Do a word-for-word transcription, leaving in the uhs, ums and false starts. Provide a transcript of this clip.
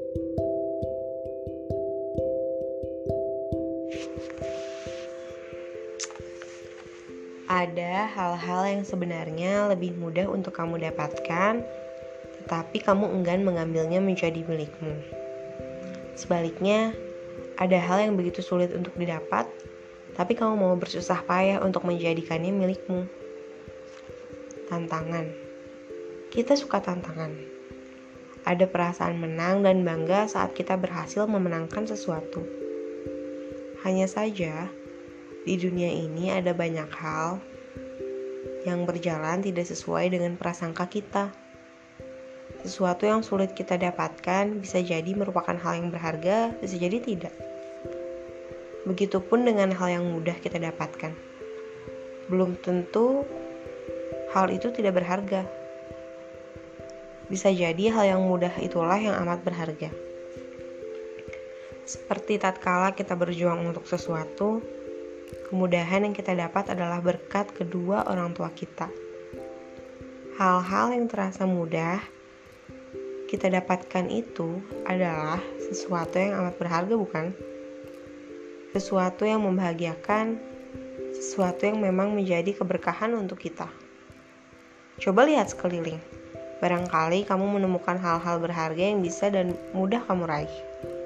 Ada hal-hal yang sebenarnya lebih mudah untuk kamu dapatkan, tetapi kamu enggan mengambilnya menjadi milikmu. Sebaliknya, ada hal yang begitu sulit untuk didapat, tapi kamu mau bersusah payah untuk menjadikannya milikmu. Tantangan. Kita suka tantangan. Ada perasaan menang dan bangga saat kita berhasil memenangkan sesuatu. Hanya saja, di dunia ini ada banyak hal yang berjalan tidak sesuai dengan prasangka kita. Sesuatu yang sulit kita dapatkan bisa jadi merupakan hal yang berharga, bisa jadi tidak. Begitupun dengan hal yang mudah kita dapatkan. Belum tentu hal itu tidak berharga. Bisa jadi hal yang mudah itulah yang amat berharga. Seperti tatkala kita berjuang untuk sesuatu, kemudahan yang kita dapat adalah berkat kedua orang tua kita. Hal-hal yang terasa mudah kita dapatkan itu adalah sesuatu yang amat berharga, bukan? Sesuatu yang membahagiakan, sesuatu yang memang menjadi keberkahan untuk kita. Coba lihat sekeliling. Barangkali kamu menemukan hal-hal berharga yang bisa dan mudah kamu raih.